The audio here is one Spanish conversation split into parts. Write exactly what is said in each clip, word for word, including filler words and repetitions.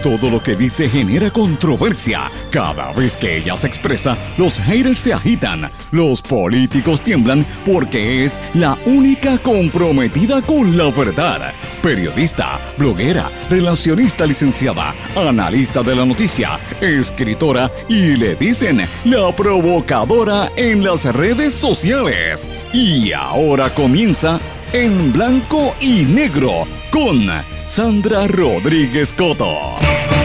Todo lo que dice genera controversia. Cada vez que ella se expresa, los haters se agitan. Los políticos tiemblan porque es la única comprometida con la verdad. Periodista, bloguera, relacionista licenciada, analista de la noticia, escritora y le dicen la provocadora en las redes sociales. Y ahora comienza En Blanco y Negro con Sandra Rodríguez Coto.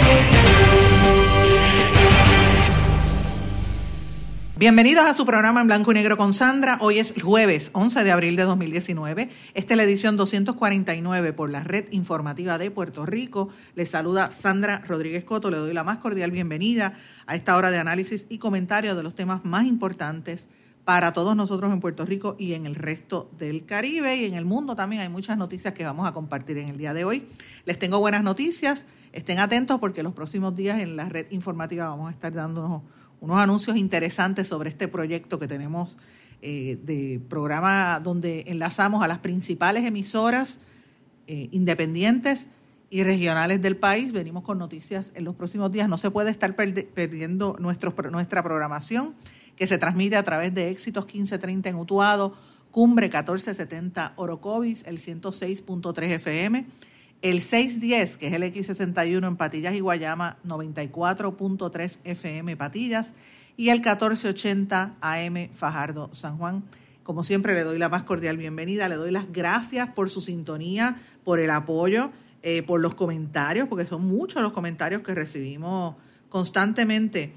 Bienvenidos a su programa En Blanco y Negro con Sandra. Hoy es jueves once de abril de dos mil diecinueve. Esta es la edición doscientos cuarenta y nueve por la Red Informativa de Puerto Rico. Les saluda Sandra Rodríguez Coto. Le doy la más cordial bienvenida a esta hora de análisis y comentario de los temas más importantes para todos nosotros en Puerto Rico y en el resto del Caribe y en el mundo también. Hay muchas noticias que vamos a compartir en el día de hoy. Les tengo buenas noticias. Estén atentos porque los próximos días en la Red Informativa vamos a estar dándonos unos anuncios interesantes sobre este proyecto que tenemos eh, de programa donde enlazamos a las principales emisoras eh, independientes y regionales del país. Venimos con noticias en los próximos días. No se puede estar perde- perdiendo nuestro, nuestra programación que se transmite a través de Éxitos quince treinta en Utuado, Cumbre catorce setenta Orocovis, el ciento seis punto tres F M, el seiscientos diez, que es el X sesenta y uno en Patillas y Guayama, noventa y cuatro punto tres F M Patillas, y el catorce ochenta A M Fajardo, San Juan. Como siempre, le doy la más cordial bienvenida, le doy las gracias por su sintonía, por el apoyo, eh, por los comentarios, porque son muchos los comentarios que recibimos constantemente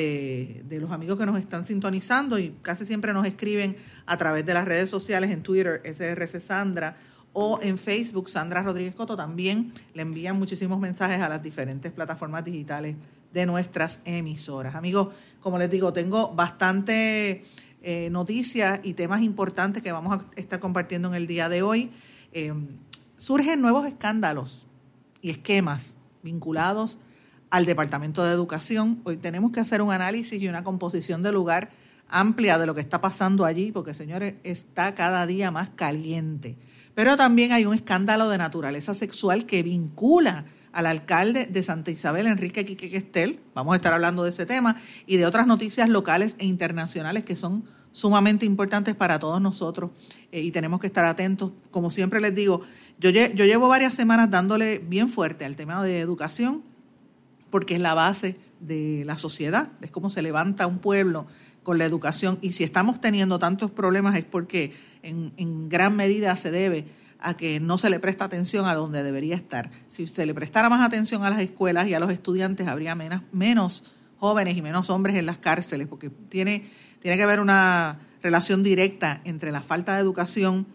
de, de los amigos que nos están sintonizando y casi siempre nos escriben a través de las redes sociales, en Twitter, S R C Sandra, o en Facebook, Sandra Rodríguez Coto. También le envían muchísimos mensajes a las diferentes plataformas digitales de nuestras emisoras. Amigos, como les digo, tengo bastante eh, noticias y temas importantes que vamos a estar compartiendo en el día de hoy. Eh, surgen nuevos escándalos y esquemas vinculados al Departamento de Educación. Hoy tenemos que hacer un análisis y una composición de lugar amplia de lo que está pasando allí, porque, señores, está cada día más caliente. Pero también hay un escándalo de naturaleza sexual que vincula al alcalde de Santa Isabel, Enrique Quique Questel. Vamos a estar hablando de ese tema y de otras noticias locales e internacionales que son sumamente importantes para todos nosotros eh, y tenemos que estar atentos. Como siempre les digo, yo, yo llevo varias semanas dándole bien fuerte al tema de educación porque es la base de la sociedad, es como se levanta un pueblo con la educación, y si estamos teniendo tantos problemas es porque en, en gran medida se debe a que no se le presta atención a donde debería estar. Si se le prestara más atención a las escuelas y a los estudiantes, habría menos, menos jóvenes y menos hombres en las cárceles, porque tiene, tiene que haber una relación directa entre la falta de educación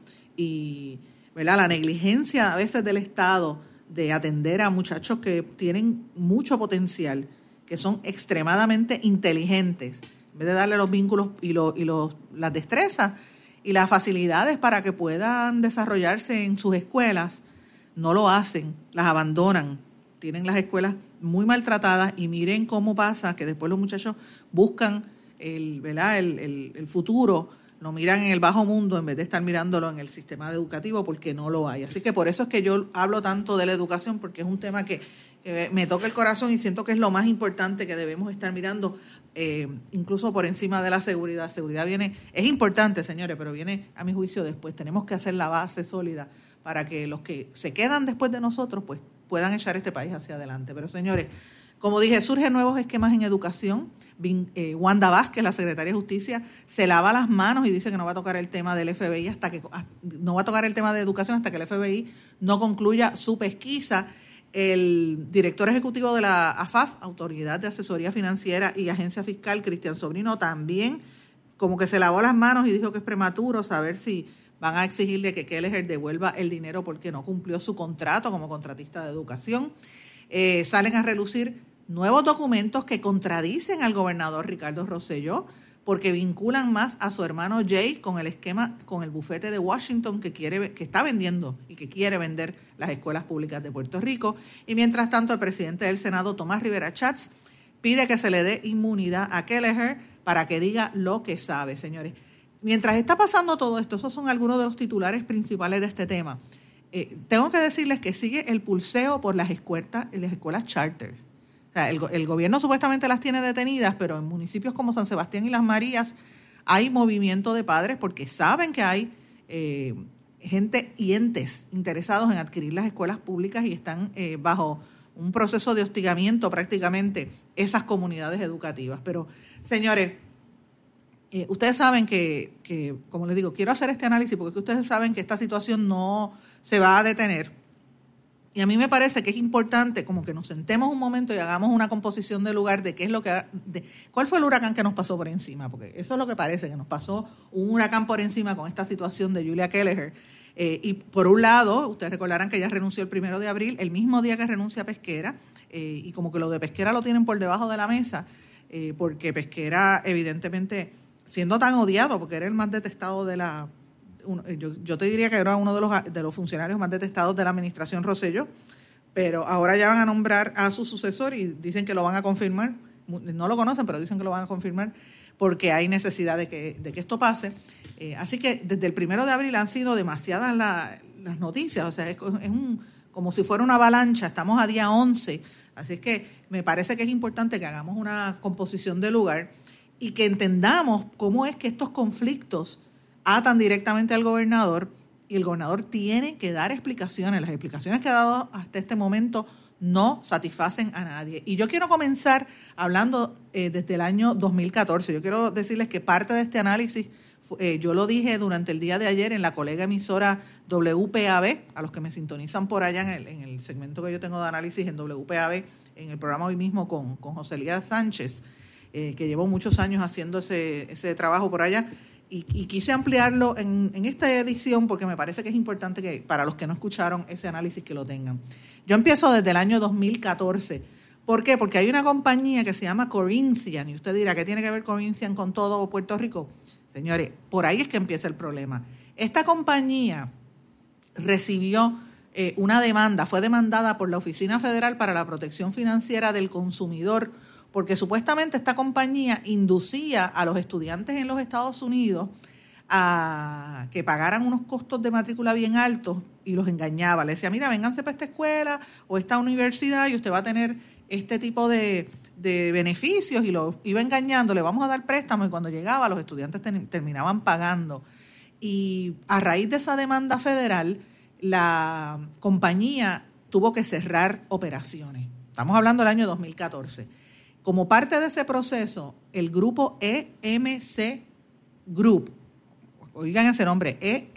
y, ¿verdad?, la negligencia a veces del Estado de atender a muchachos que tienen mucho potencial, que son extremadamente inteligentes. En vez de darle los vínculos y, lo, y los, las destrezas y las facilidades para que puedan desarrollarse en sus escuelas, no lo hacen, las abandonan. Tienen las escuelas muy maltratadas y miren cómo pasa que después los muchachos buscan el, ¿verdad? el, el, el futuro, lo miran en el bajo mundo en vez de estar mirándolo en el sistema educativo, porque no lo hay. Así que por eso es que yo hablo tanto de la educación, porque es un tema que, que me toca el corazón y siento que es lo más importante que debemos estar mirando, eh, incluso por encima de la seguridad. Seguridad viene, es importante, señores, pero viene a mi juicio después. Tenemos que hacer la base sólida para que los que se quedan después de nosotros pues puedan echar este país hacia adelante. Pero, señores, como dije, surgen nuevos esquemas en educación. Eh, Wanda Vázquez, la secretaria de Justicia, se lava las manos y dice que no va a tocar el tema del F B I hasta que no va a tocar el tema de educación hasta que el F B I no concluya su pesquisa. El director ejecutivo de la A F A F, Autoridad de Asesoría Financiera y Agencia Fiscal, Cristian Sobrino, también como que se lavó las manos y dijo que es prematuro saber si van a exigirle que Kelleher devuelva el dinero porque no cumplió su contrato como contratista de educación. Eh, salen a relucir nuevos documentos que contradicen al gobernador Ricardo Rosselló porque vinculan más a su hermano Jay con el esquema, con el bufete de Washington que quiere, que está vendiendo y que quiere vender las escuelas públicas de Puerto Rico. Y mientras tanto, el presidente del Senado, Tomás Rivera Schatz, pide que se le dé inmunidad a Kelleher para que diga lo que sabe, señores. Mientras está pasando todo esto, esos son algunos de los titulares principales de este tema. Eh, tengo que decirles que sigue el pulseo por las escuelas, las escuelas charters. O sea, el, el gobierno supuestamente las tiene detenidas, pero en municipios como San Sebastián y Las Marías hay movimiento de padres porque saben que hay eh, gente y entes interesados en adquirir las escuelas públicas y están eh, bajo un proceso de hostigamiento prácticamente esas comunidades educativas. Pero, señores, eh, ustedes saben que, que, como les digo, quiero hacer este análisis porque ustedes saben que esta situación no se va a detener. Y a mí me parece que es importante como que nos sentemos un momento y hagamos una composición del lugar de qué es lo que... De, ¿cuál fue el huracán que nos pasó por encima? Porque eso es lo que parece, que nos pasó un huracán por encima con esta situación de Julia Kelleher. Eh, y por un lado, ustedes recordarán que ella renunció el primero de abril, el mismo día que renuncia Pesquera, eh, y como que lo de Pesquera lo tienen por debajo de la mesa, eh, porque Pesquera, evidentemente, siendo tan odiado, porque era el más detestado de la... Uno, yo, yo te diría que era uno de los, de los funcionarios más detestados de la administración Rosselló, pero ahora ya van a nombrar a su sucesor y dicen que lo van a confirmar. No lo conocen, pero dicen que lo van a confirmar porque hay necesidad de que, de que esto pase. Eh, así que desde el primero de abril han sido demasiadas la, las noticias, o sea, es, es un, como si fuera una avalancha, estamos a día once, así es que me parece que es importante que hagamos una composición de lugar y que entendamos cómo es que estos conflictos atan directamente al gobernador y el gobernador tiene que dar explicaciones. Las explicaciones que ha dado hasta este momento no satisfacen a nadie. Y yo quiero comenzar hablando eh, desde el año dos mil catorce. Yo quiero decirles que parte de este análisis, eh, yo lo dije durante el día de ayer en la colega emisora W P A B, a los que me sintonizan por allá en el, en el segmento que yo tengo de análisis en W P A B, en el programa hoy mismo con, con José Elías Sánchez, eh, que llevó muchos años haciendo ese, ese trabajo por allá. Y, y quise ampliarlo en, en esta edición porque me parece que es importante que para los que no escucharon ese análisis que lo tengan. Yo empiezo desde el año dos mil catorce. ¿Por qué? Porque hay una compañía que se llama Corinthian, y usted dirá, ¿qué tiene que ver Corinthian con todo Puerto Rico? Señores, por ahí es que empieza el problema. Esta compañía recibió eh, una demanda, fue demandada por la Oficina Federal para la Protección Financiera del Consumidor, porque supuestamente esta compañía inducía a los estudiantes en los Estados Unidos a que pagaran unos costos de matrícula bien altos y los engañaba. Le decía, mira, vénganse para esta escuela o esta universidad y usted va a tener este tipo de, de beneficios, y los iba engañando, le vamos a dar préstamos, y cuando llegaba los estudiantes ten, terminaban pagando. Y a raíz de esa demanda federal, la compañía tuvo que cerrar operaciones. Estamos hablando del año dos mil catorce. Como parte de ese proceso, el grupo E M C Group, oigan ese nombre, E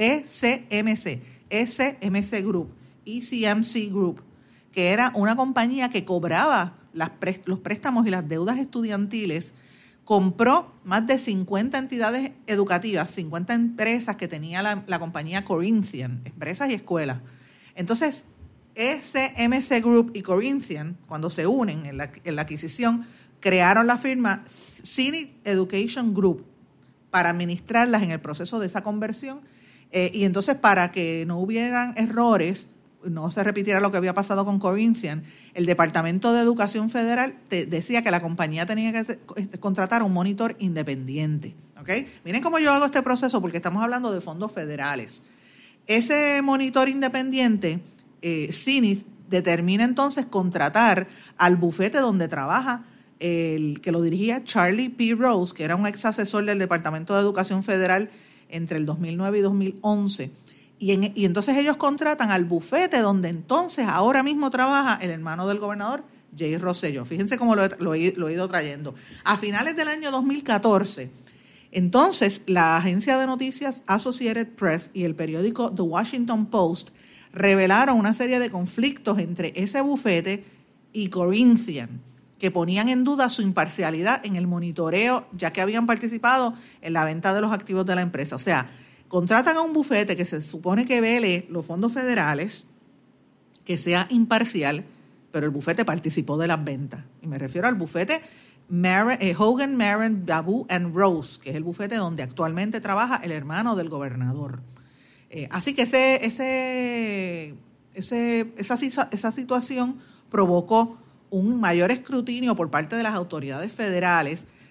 C M C, E C M C Group, E C M C Group, que era una compañía que cobraba las pre- los préstamos y las deudas estudiantiles, compró más de cincuenta entidades educativas, cincuenta empresas que tenía la, la compañía Corinthian, empresas y escuelas. Entonces, E C M C Group y Corinthian, cuando se unen en la, en la adquisición, crearon la firma Zenith Education Group para administrarlas en el proceso de esa conversión. Eh, y entonces, para que no hubieran errores, no se repitiera lo que había pasado con Corinthian, el Departamento de Educación Federal te decía que la compañía tenía que hacer, contratar un monitor independiente. ¿Okay? Miren cómo yo hago este proceso, porque estamos hablando de fondos federales. Ese monitor independiente, eh, Zenith, determina entonces contratar al bufete donde trabaja el que lo dirigía Charlie P. Rose, que era un ex asesor del Departamento de Educación Federal entre el dos mil nueve y dos mil once. Y, en, y entonces ellos contratan al bufete donde entonces ahora mismo trabaja el hermano del gobernador, Jay Rosselló. Fíjense cómo lo he, lo, he, lo he ido trayendo. A finales del año dos mil catorce, entonces la agencia de noticias Associated Press y el periódico The Washington Post revelaron una serie de conflictos entre ese bufete y Corinthian, que ponían en duda su imparcialidad en el monitoreo, ya que habían participado en la venta de los activos de la empresa. O sea, contratan a un bufete que se supone que vele los fondos federales, que sea imparcial, pero el bufete participó de las ventas. Y me refiero al bufete Marin, eh, Hogan, Marin, Babu and Rose, que es el bufete donde actualmente trabaja el hermano del gobernador. Eh, así que ese, ese, ese, esa, esa situación provocó un mayor escrutinio por parte de las autoridades federales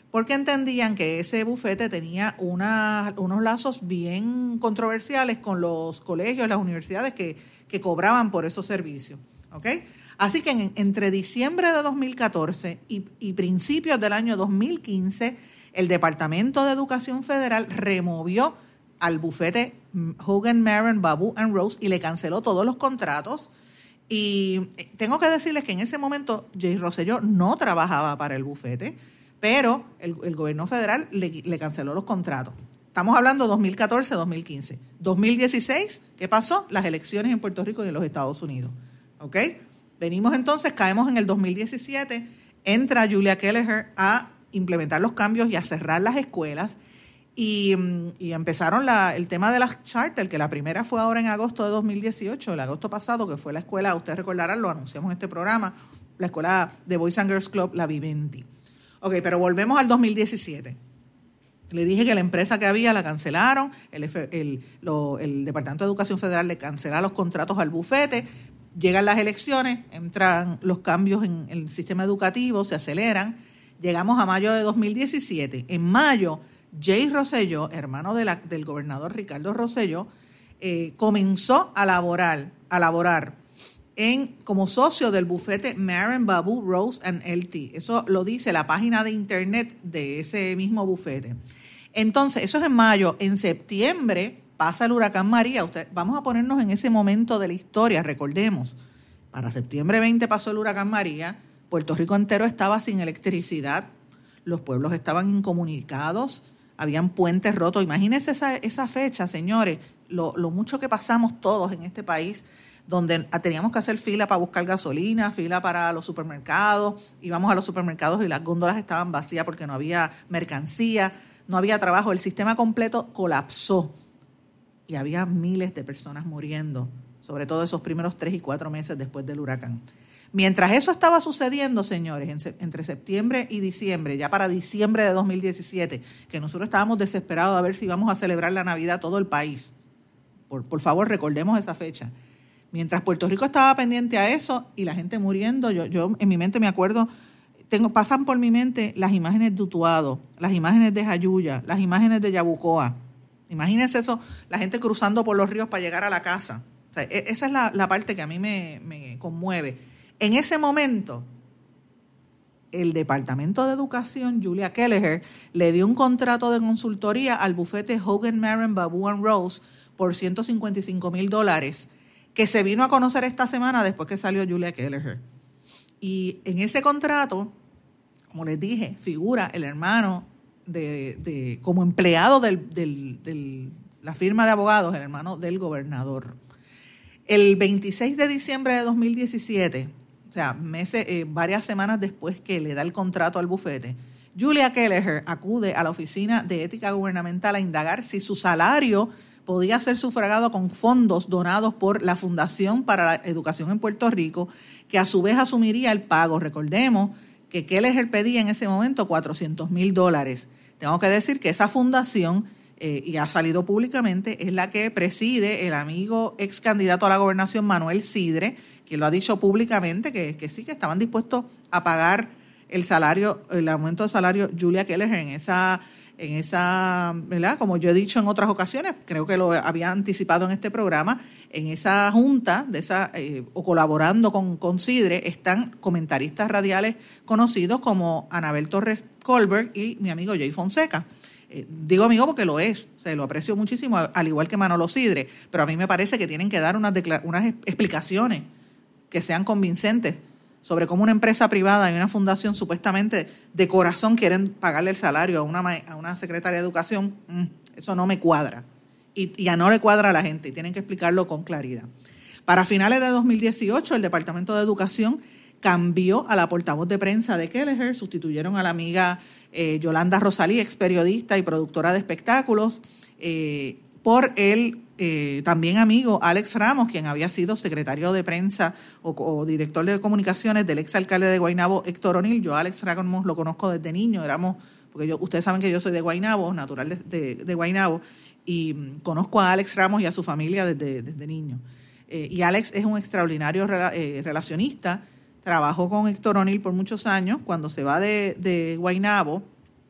porque entendían que ese bufete tenía una, unos lazos bien controversiales con los colegios, las universidades que, que cobraban por esos servicios. ¿Ok? Así que en, entre diciembre de dos mil catorce y, y principios del año dos mil quince, el Departamento de Educación Federal removió al bufete Hogan, Marin, Babu and Rose y le canceló todos los contratos. Y tengo que decirles que en ese momento Jay Rosselló no trabajaba para el bufete, pero el, el gobierno federal le, le canceló los contratos. Estamos hablando de dos mil catorce a dos mil quince. dos mil dieciséis, ¿qué pasó? Las elecciones en Puerto Rico y en los Estados Unidos. ¿Ok? Venimos entonces, caemos en el dos mil diecisiete, entra Julia Kelleher a implementar los cambios y a cerrar las escuelas y, y empezaron la, el tema de las charter, que la primera fue ahora en agosto de dos mil dieciocho, el agosto pasado, que fue la escuela, ustedes recordarán, lo anunciamos en este programa, la escuela de Boys and Girls Club, la Vivendi. Ok, pero volvemos al dos mil diecisiete. Le dije que la empresa que había la cancelaron, el, el, lo, el Departamento de Educación Federal le cancela los contratos al bufete, llegan las elecciones, entran los cambios en el sistema educativo, se aceleran, llegamos a mayo de dos mil diecisiete. En mayo, Jay Rosselló, hermano de la, del gobernador Ricardo Rosselló, eh, comenzó a laborar, a laborar en, como socio del bufete Marin, Babu, Rose and L T. Eso lo dice la página de internet de ese mismo bufete. Entonces, eso es en mayo. En septiembre pasa el huracán María. Usted, vamos a ponernos en ese momento de la historia. Recordemos, para septiembre veinte pasó el huracán María. Puerto Rico entero estaba sin electricidad. Los pueblos estaban incomunicados. Habían puentes rotos. Imagínense esa, esa fecha, señores. Lo, lo mucho que pasamos todos en este país, donde teníamos que hacer fila para buscar gasolina, fila para los supermercados, íbamos a los supermercados y las góndolas estaban vacías porque no había mercancía, no había trabajo, el sistema completo colapsó y había miles de personas muriendo, sobre todo esos primeros tres y cuatro meses después del huracán. Mientras eso estaba sucediendo, señores, en se, entre septiembre y diciembre, ya para diciembre de dos mil diecisiete, que nosotros estábamos desesperados a ver si íbamos a celebrar la Navidad todo el país, por, por favor recordemos esa fecha. Mientras Puerto Rico estaba pendiente a eso y la gente muriendo, yo, yo en mi mente me acuerdo, tengo, pasan por mi mente las imágenes de Utuado, las imágenes de Jayuya, las imágenes de Yabucoa. Imagínense eso, la gente cruzando por los ríos para llegar a la casa. O sea, esa es la, la parte que a mí me, me conmueve. En ese momento, el Departamento de Educación, Julia Kelleher, le dio un contrato de consultoría al bufete Hogan, Marin, Babu and Rose por ciento cincuenta y cinco mil dólares, que se vino a conocer esta semana después que salió Julia Kelleher. Y en ese contrato, como les dije, figura el hermano de, de como empleado de del, del, la firma de abogados, el hermano del gobernador. El veintiséis de diciembre de dos mil diecisiete, o sea, meses, eh, varias semanas después que le da el contrato al bufete, Julia Kelleher acude a la Oficina de Ética Gubernamental a indagar si su salario podía ser sufragado con fondos donados por la Fundación para la Educación en Puerto Rico, que a su vez asumiría el pago. Recordemos que Kelleher pedía en ese momento cuatrocientos mil dólares. Tengo que decir que esa fundación, eh, y ha salido públicamente, es la que preside el amigo ex candidato a la gobernación Manuel Sidre, que lo ha dicho públicamente, que, que sí que estaban dispuestos a pagar el salario, el aumento de salario Julia Kelleher en esa... en esa, ¿verdad? Como yo he dicho en otras ocasiones, creo que lo había anticipado en este programa, en esa junta, de esa eh, o colaborando con, con Sidre, están comentaristas radiales conocidos como Anabel Torres Colbert y mi amigo Jay Fonseca. Eh, digo amigo porque lo es, se lo aprecio muchísimo, al igual que Manolo Sidre, pero a mí me parece que tienen que dar unas, declar- unas explicaciones que sean convincentes sobre cómo una empresa privada y una fundación supuestamente de corazón quieren pagarle el salario a una, a una secretaria de educación. Mm, eso no me cuadra. Y, y a no le cuadra a la gente, y tienen que explicarlo con claridad. Para finales de dos mil dieciocho, el Departamento de Educación cambió a la portavoz de prensa de Kelleher, sustituyeron a la amiga eh, Yolanda Rosalí, ex periodista y productora de espectáculos, eh, por el eh, también amigo Alex Ramos, quien había sido secretario de prensa o, o director de comunicaciones del ex alcalde de Guaynabo, Héctor O'Neill. Yo a Alex Ramos lo conozco desde niño, éramos, porque yo, ustedes saben que yo soy de Guaynabo, natural de, de, de Guaynabo, y um, conozco a Alex Ramos y a su familia desde, desde niño. Eh, y Alex es un extraordinario rela, eh, relacionista, trabajó con Héctor O'Neill por muchos años. Cuando se va de, de Guaynabo,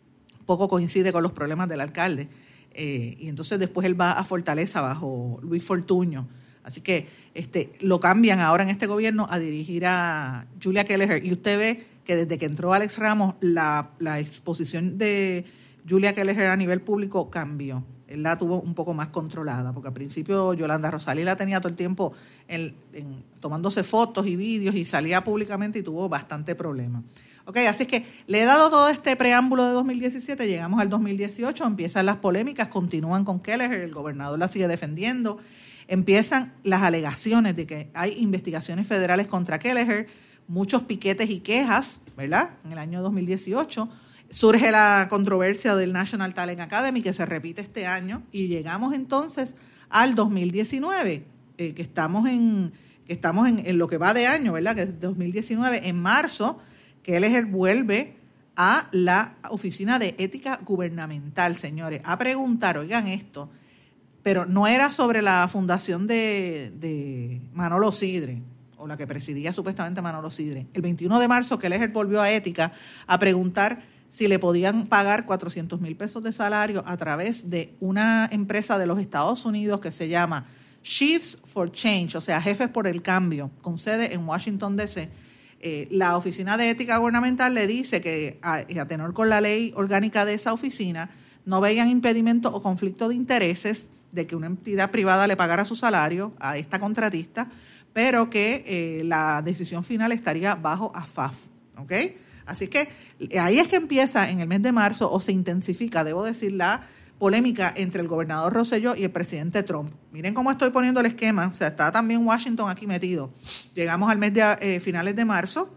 poco coincide con los problemas del alcalde. Eh, y entonces después él va a Fortaleza bajo Luis Fortuño. Así que este, lo cambian ahora en este gobierno a dirigir a Julia Kelleher. Y usted ve que desde que entró Alex Ramos, la, la exposición de Julia Kelleher a nivel público cambió. Él la tuvo un poco más controlada, porque al principio Yolanda Rosalí la tenía todo el tiempo en, en, tomándose fotos y vídeos y salía públicamente y tuvo bastante problema. Ok, así es que le he dado todo este preámbulo de dos mil diecisiete, llegamos al dos mil dieciocho, empiezan las polémicas, continúan con Kelleher, el gobernador la sigue defendiendo. Empiezan las alegaciones de que hay investigaciones federales contra Kelleher, muchos piquetes y quejas, ¿verdad? En el año dos mil dieciocho surge la controversia del National Talent Academy, que se repite este año, y llegamos entonces al dos mil diecinueve, eh, que estamos, en, que estamos en, en lo que va de año, ¿verdad? Que es dos mil diecinueve, en marzo, Kelleher vuelve a la Oficina de Ética Gubernamental, señores, a preguntar, oigan esto, pero no era sobre la fundación de, de Manolo Sidre, o la que presidía supuestamente Manolo Sidre. El veintiuno de marzo, Kelleher volvió a Ética a preguntar si le podían pagar cuatrocientos mil pesos de salario a través de una empresa de los Estados Unidos que se llama Chiefs for Change, o sea, Jefes por el Cambio, con sede en Washington, D C Eh, la Oficina de Ética Gubernamental le dice que, a, a tenor con la ley orgánica de esa oficina, no veían impedimento o conflicto de intereses de que una entidad privada le pagara su salario a esta contratista, pero que eh, la decisión final estaría bajo A F A F, ¿ok? Así que ahí es que empieza en el mes de marzo, o se intensifica, debo decir, la polémica entre el gobernador Rosselló y el presidente Trump. Miren cómo estoy poniendo el esquema, o sea, está también Washington aquí metido. Llegamos al mes de eh, finales de marzo,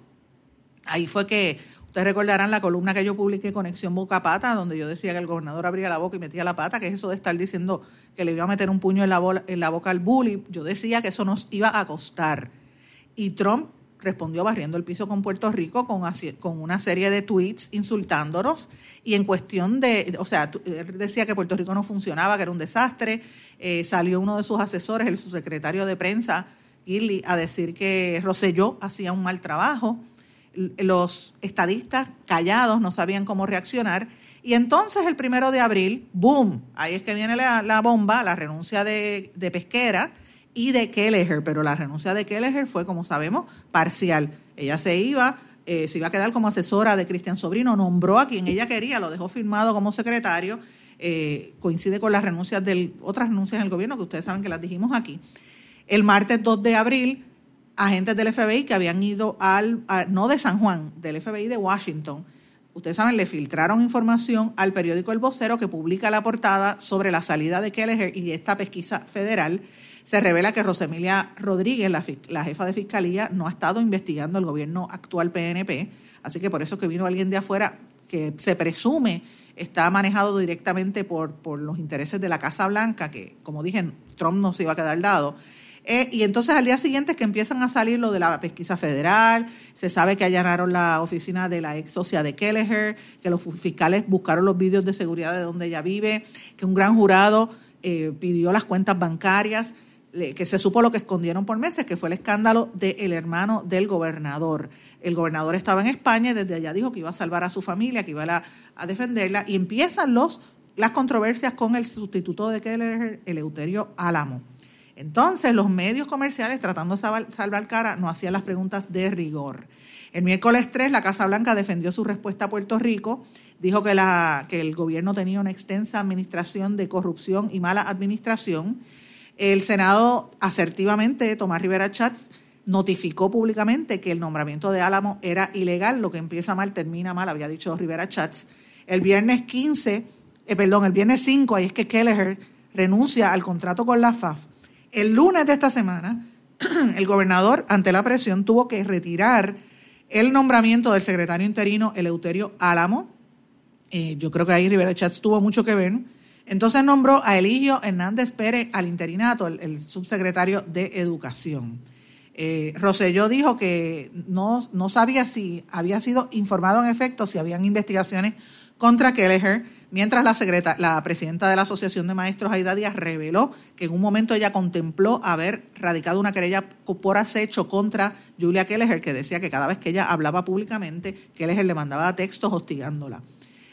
ahí fue que, ustedes recordarán la columna que yo publiqué, Conexión Boca Pata, donde yo decía que el gobernador abría la boca y metía la pata, que es eso de estar diciendo que le iba a meter un puño en la, bola, en la boca al bully. Yo decía que eso nos iba a costar. Y Trump respondió barriendo el piso con Puerto Rico con, con una serie de tweets insultándonos, y en cuestión de, o sea, él decía que Puerto Rico no funcionaba, que era un desastre. Eh, salió uno de sus asesores, el subsecretario de prensa, Gilley, a decir que Rosselló hacía un mal trabajo. Los estadistas callados no sabían cómo reaccionar, y entonces el primero de abril, boom, ahí es que viene la, la bomba, la renuncia de, de Pesquera y de Kelleher, pero la renuncia de Kelleher fue, como sabemos, parcial. Ella se iba, eh, se iba a quedar como asesora de Cristian Sobrino, nombró a quien ella quería, lo dejó firmado como secretario, eh, coincide con las renuncias del, otras renuncias del gobierno, que ustedes saben que las dijimos aquí. El martes dos de abril, agentes del F B I que habían ido al, a, no de San Juan, del F B I de Washington, ustedes saben, le filtraron información al periódico El Vocero, que publica la portada sobre la salida de Kelleher y esta pesquisa federal. Se revela que Rosemilia Rodríguez, la, la jefa de fiscalía, no ha estado investigando el gobierno actual P N P, así que por eso es que vino alguien de afuera que se presume está manejado directamente por, por los intereses de la Casa Blanca, que, como dije, Trump no se iba a quedar dado. Eh, y entonces al día siguiente es que empiezan a salir lo de la pesquisa federal, se sabe que allanaron la oficina de la ex socia de Kelleher, que los fiscales buscaron los vídeos de seguridad de donde ella vive, que un gran jurado eh, pidió las cuentas bancarias, eh, que se supo lo que escondieron por meses, que fue el escándalo del hermano del gobernador. El gobernador estaba en España y desde allá dijo que iba a salvar a su familia, que iba a, a defenderla, y empiezan los, las controversias con el sustituto de Kelleher, Eleuterio Álamo. Entonces, los medios comerciales, tratando de salvar, salvar cara, no hacían las preguntas de rigor. El miércoles tres, la Casa Blanca defendió su respuesta a Puerto Rico, dijo que, la, que el gobierno tenía una extensa administración de corrupción y mala administración. El Senado, asertivamente, Tomás Rivera Chats, notificó públicamente que el nombramiento de Álamo era ilegal, lo que empieza mal termina mal, había dicho Rivera Chats. El viernes quince, eh, perdón, el viernes cinco, ahí es que Kelleher renuncia al contrato con la F A F. El lunes de esta semana, el gobernador, ante la presión, tuvo que retirar el nombramiento del secretario interino Eleuterio Álamo. Eh, yo creo que ahí Rivera Chats tuvo mucho que ver. Entonces nombró a Eligio Hernández Pérez al interinato, el, el subsecretario de Educación. Eh, Rosselló dijo que no, no sabía si había sido informado en efecto, si habían investigaciones contra Kelleher, mientras la, secreta, la presidenta de la Asociación de Maestros, Aida Díaz, reveló que en un momento ella contempló haber radicado una querella por acecho contra Julia Kelleher, que decía que cada vez que ella hablaba públicamente, Kelleher le mandaba textos hostigándola.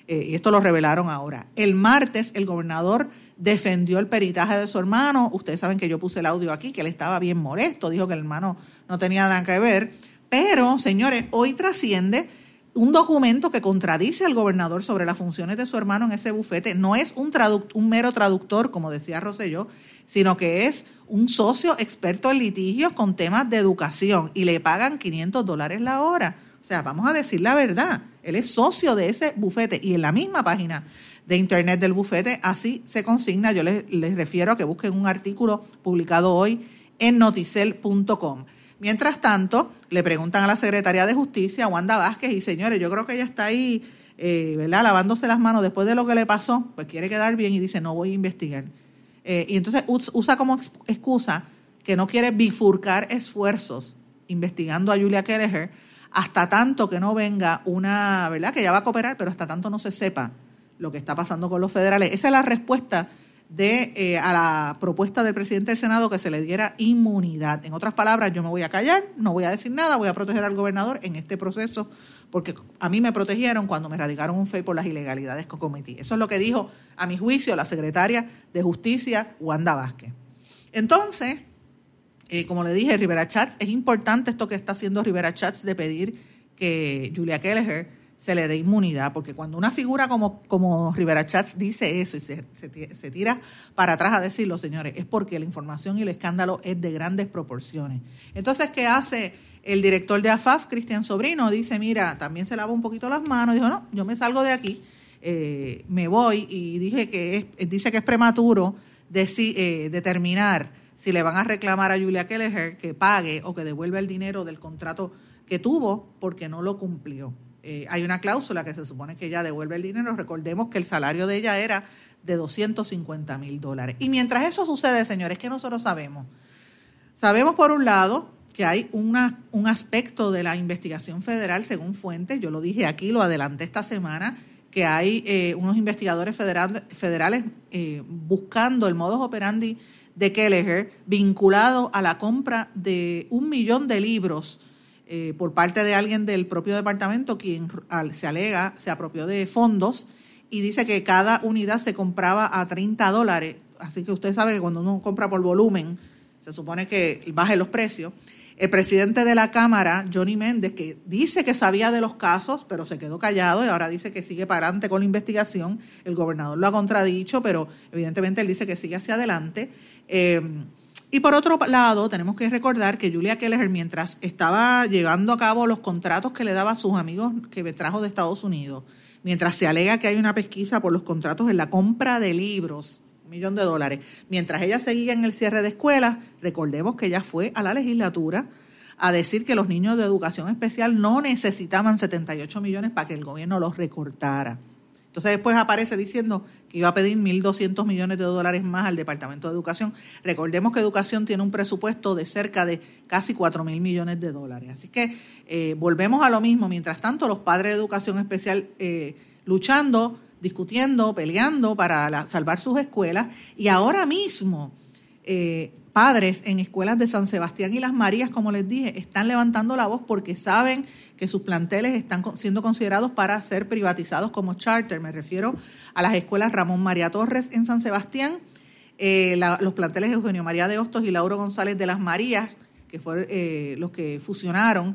Eh, y esto lo revelaron ahora. El martes, el gobernador defendió el peritaje de su hermano. Ustedes saben que yo puse el audio aquí, que él estaba bien molesto, dijo que el hermano no tenía nada que ver. Pero, señores, hoy trasciende un documento que contradice al gobernador sobre las funciones de su hermano en ese bufete. No es un, traduc- un mero traductor, como decía Rosselló, sino que es un socio experto en litigios con temas de educación y le pagan quinientos dólares la hora. O sea, vamos a decir la verdad, él es socio de ese bufete y en la misma página de internet del bufete así se consigna. Yo les, les refiero a que busquen un artículo publicado hoy en noticel punto com. Mientras tanto, le preguntan a la secretaria de Justicia, Wanda Vázquez, y señores, yo creo que ella está ahí, eh, ¿verdad?, lavándose las manos después de lo que le pasó, pues quiere quedar bien y dice, no voy a investigar. Eh, y entonces usa como excusa que no quiere bifurcar esfuerzos investigando a Julia Kelleher hasta tanto que no venga una, ¿verdad?, que ella va a cooperar, pero hasta tanto no se sepa lo que está pasando con los federales. Esa es la respuesta de eh, a la propuesta del presidente del Senado que se le diera inmunidad. En otras palabras, yo me voy a callar, no voy a decir nada, voy a proteger al gobernador en este proceso, porque a mí me protegieron cuando me radicaron un F E I por las ilegalidades que cometí. Eso es lo que dijo, a mi juicio, la secretaria de Justicia, Wanda Vázquez. Entonces, eh, como le dije, Rivera Chats, es importante esto que está haciendo Rivera Chats de pedir que Julia Kelleher se le dé inmunidad, porque cuando una figura como, como Rivera Chats dice eso y se, se, se tira para atrás a decirlo, señores, es porque la información y el escándalo es de grandes proporciones. Entonces, ¿qué hace el director de A F A F, Cristian Sobrino? Dice, mira, también se lava un poquito las manos, dijo, no, yo me salgo de aquí, eh, me voy, y dije que es, dice que es prematuro deci, eh, determinar si le van a reclamar a Julia Kelleher que pague o que devuelva el dinero del contrato que tuvo porque no lo cumplió. Eh, hay una cláusula que se supone que ella devuelve el dinero. Recordemos que el salario de ella era de doscientos cincuenta mil dólares. Y mientras eso sucede, señores, ¿qué nosotros sabemos? Sabemos, por un lado, que hay una, un aspecto de la investigación federal, según fuentes, yo lo dije aquí, lo adelanté esta semana, que hay eh, unos investigadores federal, federales eh, buscando el modus operandi de Kelleher vinculado a la compra de un millón de libros Eh, por parte de alguien del propio departamento, quien al, se alega se apropió de fondos y dice que cada unidad se compraba a treinta dólares. Así que usted sabe que cuando uno compra por volumen, se supone que bajen los precios. El presidente de la Cámara, Johnny Méndez, que dice que sabía de los casos, pero se quedó callado y ahora dice que sigue para adelante con la investigación. El gobernador lo ha contradicho, pero evidentemente él dice que sigue hacia adelante. Eh, Y por otro lado, tenemos que recordar que Julia Kelleher, mientras estaba llevando a cabo los contratos que le daba a sus amigos que trajo de Estados Unidos, mientras se alega que hay una pesquisa por los contratos en la compra de libros, un millón de dólares, mientras ella seguía en el cierre de escuelas, recordemos que ella fue a la legislatura a decir que los niños de educación especial no necesitaban setenta y ocho millones para que el gobierno los recortara. Entonces después aparece diciendo que iba a pedir mil doscientos millones de dólares más al Departamento de Educación. Recordemos que Educación tiene un presupuesto de cerca de casi cuatro mil millones de dólares. Así que eh, volvemos a lo mismo. Mientras tanto, los padres de Educación Especial eh, luchando, discutiendo, peleando para la, salvar sus escuelas. Y ahora mismo, eh, padres en escuelas de San Sebastián y Las Marías, como les dije, están levantando la voz porque saben que sus planteles están siendo considerados para ser privatizados como charter. Me refiero a las escuelas Ramón María Torres en San Sebastián, eh, la, los planteles Eugenio María de Hostos y Lauro González de Las Marías, que fueron eh, los que fusionaron.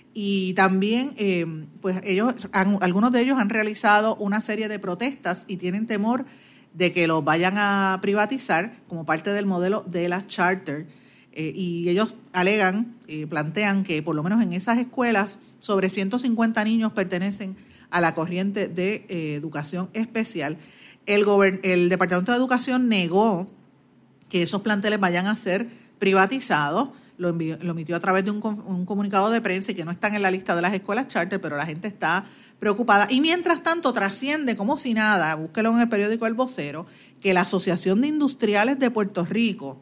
Y también, eh, pues ellos, han, algunos de ellos han realizado una serie de protestas y tienen temor de que los vayan a privatizar como parte del modelo de las charter. Eh, y ellos alegan, eh, plantean que por lo menos en esas escuelas sobre ciento cincuenta niños pertenecen a la corriente de eh, educación especial. El, gobern- el Departamento de Educación negó que esos planteles vayan a ser privatizados, lo, envió, lo emitió a través de un, un comunicado de prensa y que no están en la lista de las escuelas charter, pero la gente está preocupada. Y mientras tanto trasciende como si nada, búsquelo en el periódico El Vocero, que la Asociación de Industriales de Puerto Rico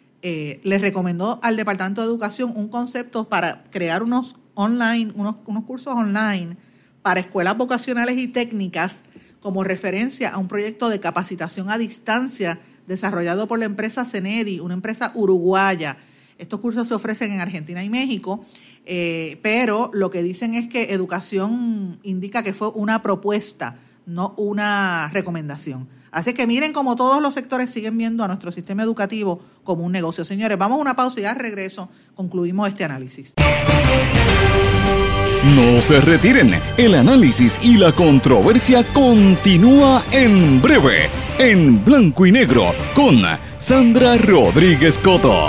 eh, les recomendó al Departamento de Educación un concepto para crear unos online, unos, unos cursos online para escuelas vocacionales y técnicas como referencia a un proyecto de capacitación a distancia desarrollado por la empresa Cenedi, una empresa uruguaya. Estos cursos se ofrecen en Argentina y México, eh, pero lo que dicen es que Educación indica que fue una propuesta no una recomendación. Así que miren cómo todos los sectores siguen viendo a nuestro sistema educativo como un negocio. Señores, vamos a una pausa y al regreso concluimos este análisis. No se retiren, el análisis y la controversia continúa en breve, en Blanco y Negro, con Sandra Rodríguez Coto.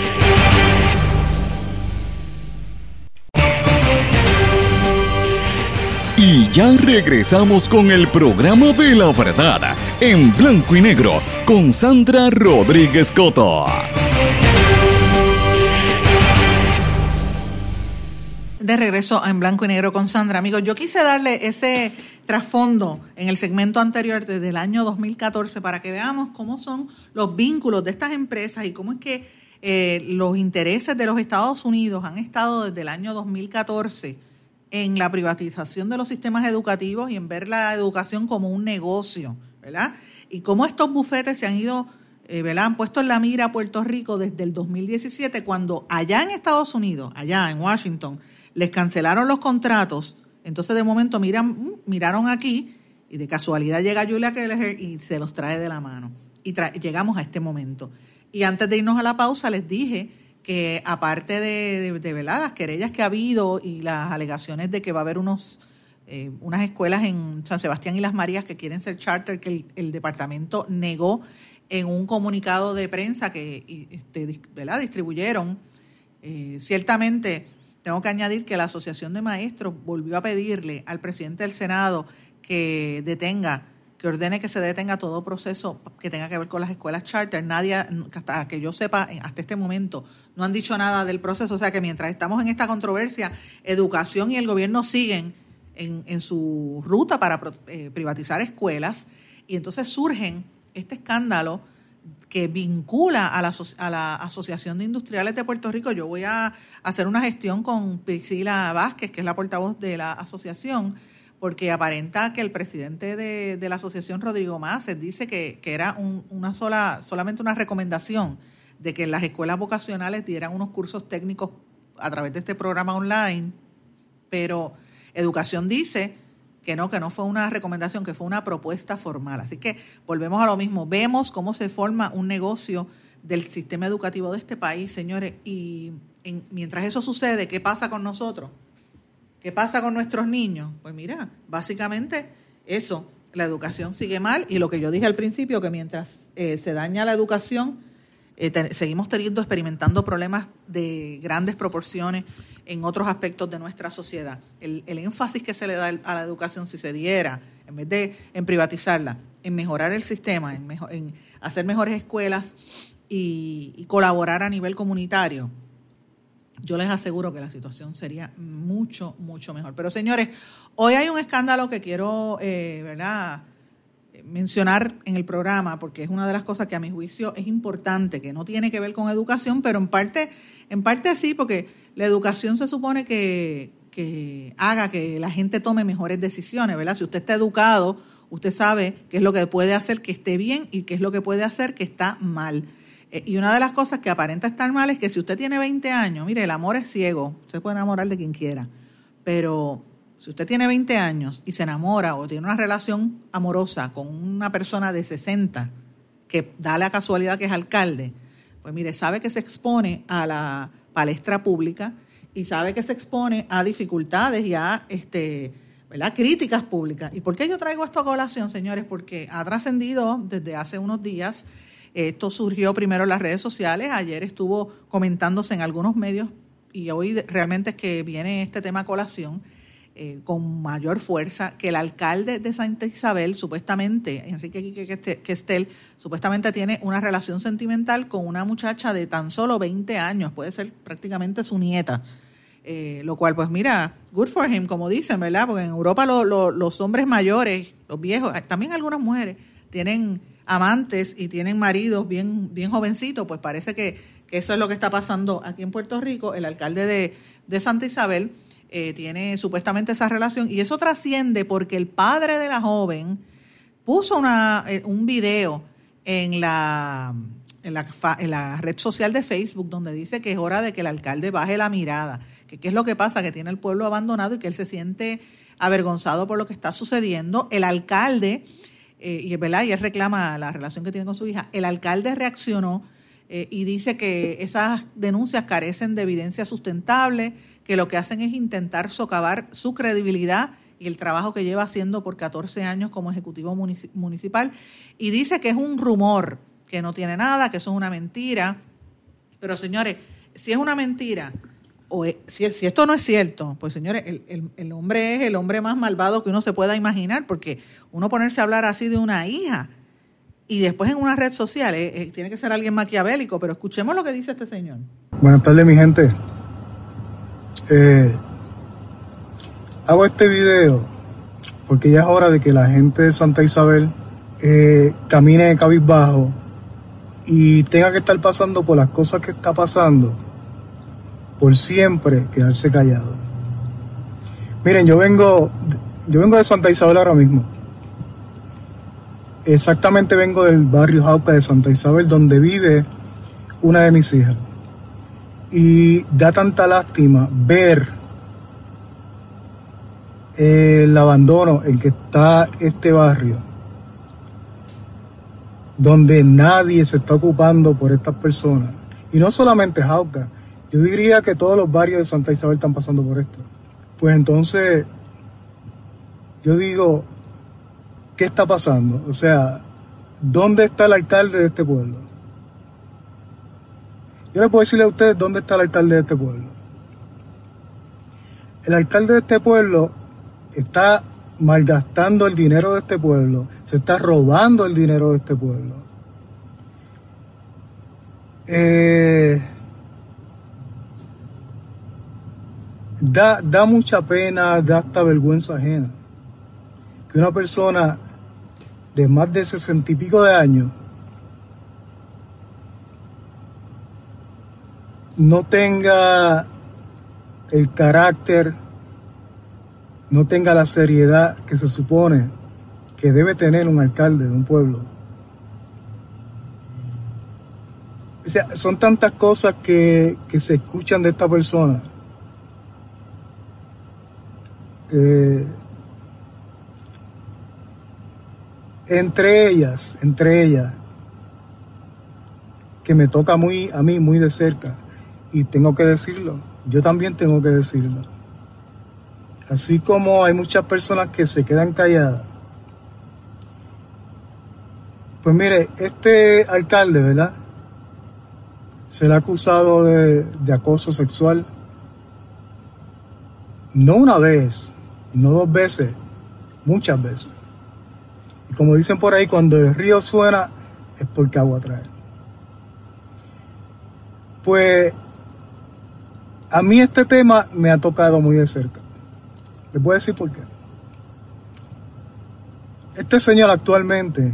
Y ya regresamos con el programa de la verdad, en Blanco y Negro, con Sandra Rodríguez Coto. De regreso en Blanco y Negro con Sandra. Amigos, yo quise darle ese trasfondo en el segmento anterior desde el año dos mil catorce para que veamos cómo son los vínculos de estas empresas y cómo es que eh, los intereses de los Estados Unidos han estado desde el año dos mil catorce en la privatización de los sistemas educativos y en ver la educación como un negocio, ¿verdad? Y cómo estos bufetes se han ido, eh, ¿verdad? Han puesto en la mira a Puerto Rico desde el dos mil diecisiete, cuando allá en Estados Unidos, allá en Washington, les cancelaron los contratos. Entonces, de momento, miran, miraron aquí y de casualidad llega Julia Kelleher y se los trae de la mano. Y tra- llegamos a este momento. Y antes de irnos a la pausa, les dije que aparte de, de, de ¿verdad? las querellas que ha habido y las alegaciones de que va a haber unos eh, unas escuelas en San Sebastián y Las Marías que quieren ser charter, que el, el departamento negó en un comunicado de prensa que este, ¿verdad? distribuyeron, eh, ciertamente... Tengo que añadir que la Asociación de Maestros volvió a pedirle al presidente del Senado que detenga, que ordene que se detenga todo proceso que tenga que ver con las escuelas charter. Nadie, hasta que yo sepa, hasta este momento, no han dicho nada del proceso. O sea que mientras estamos en esta controversia, educación y el gobierno siguen en, en su ruta para eh, privatizar escuelas. Y entonces surgen este escándalo que vincula a la, a la Asociación de Industriales de Puerto Rico. Yo voy a hacer una gestión con Priscila Vázquez, que es la portavoz de la asociación, porque aparenta que el presidente de, de la asociación, Rodrigo Mácez, dice que, que era un, una sola, solamente una recomendación de que las escuelas vocacionales dieran unos cursos técnicos a través de este programa online, pero Educación dice que no, que no fue una recomendación, que fue una propuesta formal. Así que volvemos a lo mismo. Vemos cómo se forma un negocio del sistema educativo de este país, señores, y en, mientras eso sucede, ¿qué pasa con nosotros? ¿Qué pasa con nuestros niños? Pues mira, básicamente eso, la educación sigue mal y lo que yo dije al principio, que mientras eh, se daña la educación, eh, te, seguimos teniendo, experimentando problemas de grandes proporciones en otros aspectos de nuestra sociedad. El, el énfasis que se le da a la educación, si se diera, en vez de en privatizarla, en mejorar el sistema, en, mejor, en hacer mejores escuelas y, y colaborar a nivel comunitario, yo les aseguro que la situación sería mucho, mucho mejor. Pero señores, hoy hay un escándalo que quiero eh, ¿verdad? mencionar en el programa, porque es una de las cosas que a mi juicio es importante, que no tiene que ver con educación, pero en parte, en parte sí, porque la educación se supone que, que haga que la gente tome mejores decisiones, ¿verdad? Si usted está educado, usted sabe qué es lo que puede hacer que esté bien y qué es lo que puede hacer que está mal. Eh, y una de las cosas que aparenta estar mal es que si usted tiene veinte años, mire, el amor es ciego, usted puede enamorar de quien quiera, pero si usted tiene veinte años y se enamora o tiene una relación amorosa con una persona de sesenta, que da la casualidad que es alcalde, pues mire, sabe que se expone a la palestra pública y sabe que se expone a dificultades y a este, ¿verdad? críticas públicas. ¿Y por qué yo traigo esto a colación, señores? Porque ha trascendido desde hace unos días. Esto surgió primero en las redes sociales, ayer estuvo comentándose en algunos medios y hoy realmente es que viene este tema a colación eh, con mayor fuerza, que el alcalde de Santa Isabel, supuestamente, Enrique Quique Questel, supuestamente tiene una relación sentimental con una muchacha de tan solo veinte años, puede ser prácticamente su nieta, eh, lo cual, pues mira, good for him, como dicen, ¿verdad? Porque en Europa lo, lo, los hombres mayores, los viejos, también algunas mujeres, tienen amantes y tienen maridos bien, bien jovencitos, pues parece que, que eso es lo que está pasando aquí en Puerto Rico. El alcalde de, de Santa Isabel eh, tiene supuestamente esa relación y eso trasciende porque el padre de la joven puso una, un video en la en la, en la red social de Facebook, donde dice que es hora de que el alcalde baje la mirada, que qué es lo que pasa, que tiene el pueblo abandonado y que él se siente avergonzado por lo que está sucediendo. El alcalde, eh, y, ¿verdad? y él reclama la relación que tiene con su hija, el alcalde reaccionó eh, y dice que esas denuncias carecen de evidencia sustentable, que lo que hacen es intentar socavar su credibilidad y el trabajo que lleva haciendo por catorce años como ejecutivo municipal, y dice que es un rumor, que no tiene nada, que eso es una mentira. Pero señores, si es una mentira, o es, si, si esto no es cierto, pues señores, el, el, el hombre es el hombre más malvado que uno se pueda imaginar, porque uno ponerse a hablar así de una hija y después en una red social, eh, eh, tiene que ser alguien maquiavélico. Pero escuchemos lo que dice este señor. Buenas tardes, mi gente. Eh, hago este video porque ya es hora de que la gente de Santa Isabel eh, camine cabizbajo y tenga que estar pasando por las cosas que está pasando, por siempre quedarse callado. Miren, yo vengo, yo vengo de Santa Isabel ahora mismo. Exactamente vengo del barrio Jauca de Santa Isabel, donde vive una de mis hijas. Y da tanta lástima ver el abandono en que está este barrio, donde nadie se está ocupando por estas personas. Y no solamente Jauca, yo diría que todos los barrios de Santa Isabel están pasando por esto. Pues entonces, yo digo, ¿qué está pasando? O sea, ¿dónde está el alcalde de este pueblo? Yo les puedo decirle a ustedes dónde está el alcalde de este pueblo. El alcalde de este pueblo está malgastando el dinero de este pueblo, se está robando el dinero de este pueblo. Eh, da, da mucha pena, da hasta vergüenza ajena que una persona de más de sesenta y pico de años no tenga el carácter, no tenga la seriedad que se supone que debe tener un alcalde de un pueblo. O sea, son tantas cosas que, que se escuchan de esta persona. Eh, entre ellas, entre ellas, que me toca muy a mí muy de cerca. Y tengo que decirlo, yo también tengo que decirlo. Así como hay muchas personas que se quedan calladas. Pues mire, este alcalde, ¿verdad? Se le ha acusado de, de acoso sexual. No una vez, no dos veces, muchas veces. Y como dicen por ahí, cuando el río suena, es porque agua trae. Pues a mí este tema me ha tocado muy de cerca. Les voy a decir por qué. Este señor actualmente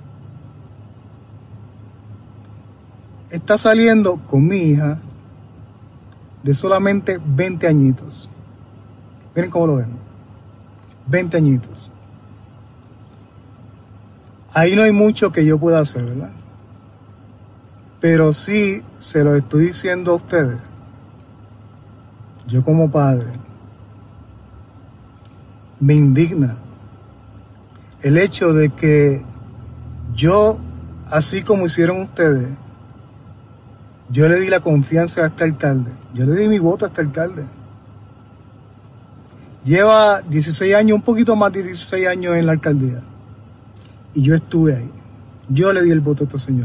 está saliendo con mi hija de solamente veinte añitos. Miren cómo lo ven. veinte añitos. Ahí no hay mucho que yo pueda hacer, ¿verdad? Pero sí se lo estoy diciendo a ustedes. Yo como padre, me indigna el hecho de que yo, así como hicieron ustedes, yo le di la confianza a este alcalde, yo le di mi voto a este alcalde. Lleva dieciséis años, un poquito más de dieciséis años en la alcaldía, y yo estuve ahí, yo le di el voto a este señor.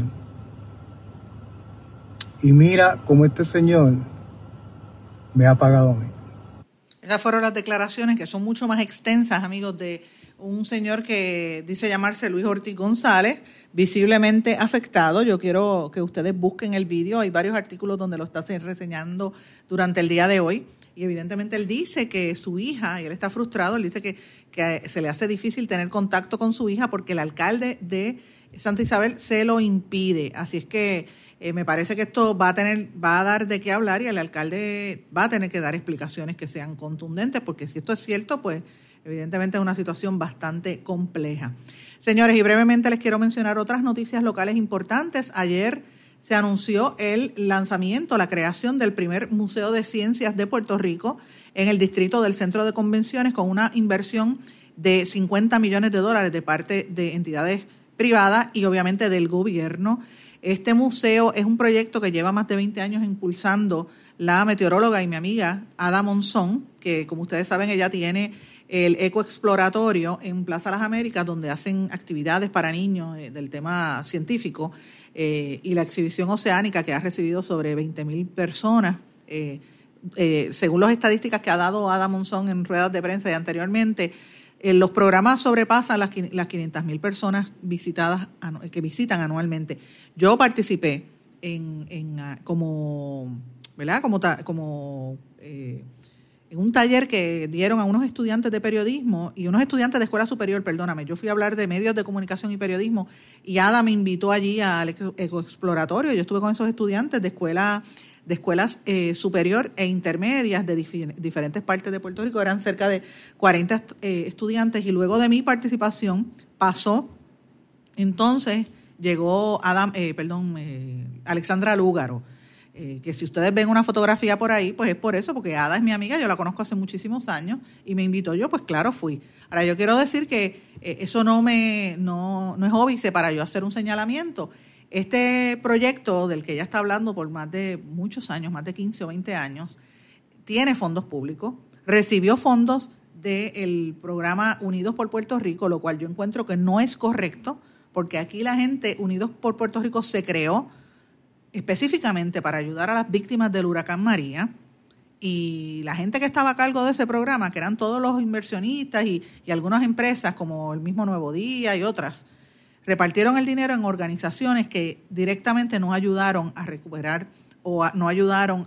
Y mira cómo este señor me ha pagado a mí. Esas fueron las declaraciones, que son mucho más extensas, amigos, de un señor que dice llamarse Luis Ortiz González, visiblemente afectado. Yo quiero que ustedes busquen el vídeo. Hay varios artículos donde lo está reseñando durante el día de hoy. Y evidentemente él dice que su hija, y él está frustrado, él dice que, que se le hace difícil tener contacto con su hija porque el alcalde de Santa Isabel se lo impide. Así es que Eh, me parece que esto va a tener, va a dar de qué hablar y el alcalde va a tener que dar explicaciones que sean contundentes, porque si esto es cierto, pues evidentemente es una situación bastante compleja. Señores, y brevemente les quiero mencionar otras noticias locales importantes. Ayer se anunció el lanzamiento, la creación del primer Museo de Ciencias de Puerto Rico en el distrito del Centro de Convenciones con una inversión de cincuenta millones de dólares de parte de entidades privadas y obviamente del gobierno. Este museo es un proyecto que lleva más de veinte años impulsando la meteoróloga y mi amiga Ada Monzón, que como ustedes saben ella tiene el ecoexploratorio en Plaza Las Américas, donde hacen actividades para niños eh, del tema científico, eh, y la exhibición oceánica que ha recibido sobre veinte mil personas, eh, eh, según las estadísticas que ha dado Ada Monzón en ruedas de prensa y anteriormente. Eh, los programas sobrepasan las, las quinientas mil personas visitadas que visitan anualmente. Yo participé en, en como, ¿verdad? Como, como eh, en un taller que dieron a unos estudiantes de periodismo y unos estudiantes de escuela superior, perdóname. Yo fui a hablar de medios de comunicación y periodismo y Ada me invitó allí al ecoexploratorio. Yo estuve con esos estudiantes de escuela de escuelas eh, superior e intermedias de dif- diferentes partes de Puerto Rico. Eran cerca de cuarenta eh, estudiantes y luego de mi participación pasó, entonces llegó Adam, eh, perdón, eh, Alexandra Lúgaro, eh, que si ustedes ven una fotografía por ahí, pues es por eso, porque Ada es mi amiga, yo la conozco hace muchísimos años y me invitó yo, pues claro, fui. Ahora yo quiero decir que eh, eso no, me, no, no es óbice para yo hacer un señalamiento. Este proyecto del que ella está hablando por más de muchos años, más de quince o veinte años, tiene fondos públicos, recibió fondos del programa Unidos por Puerto Rico, lo cual yo encuentro que no es correcto, porque aquí la gente, Unidos por Puerto Rico, se creó específicamente para ayudar a las víctimas del huracán María, y la gente que estaba a cargo de ese programa, que eran todos los inversionistas y, y algunas empresas como el mismo Nuevo Día y otras, repartieron el dinero en organizaciones que directamente no ayudaron a recuperar o a, no ayudaron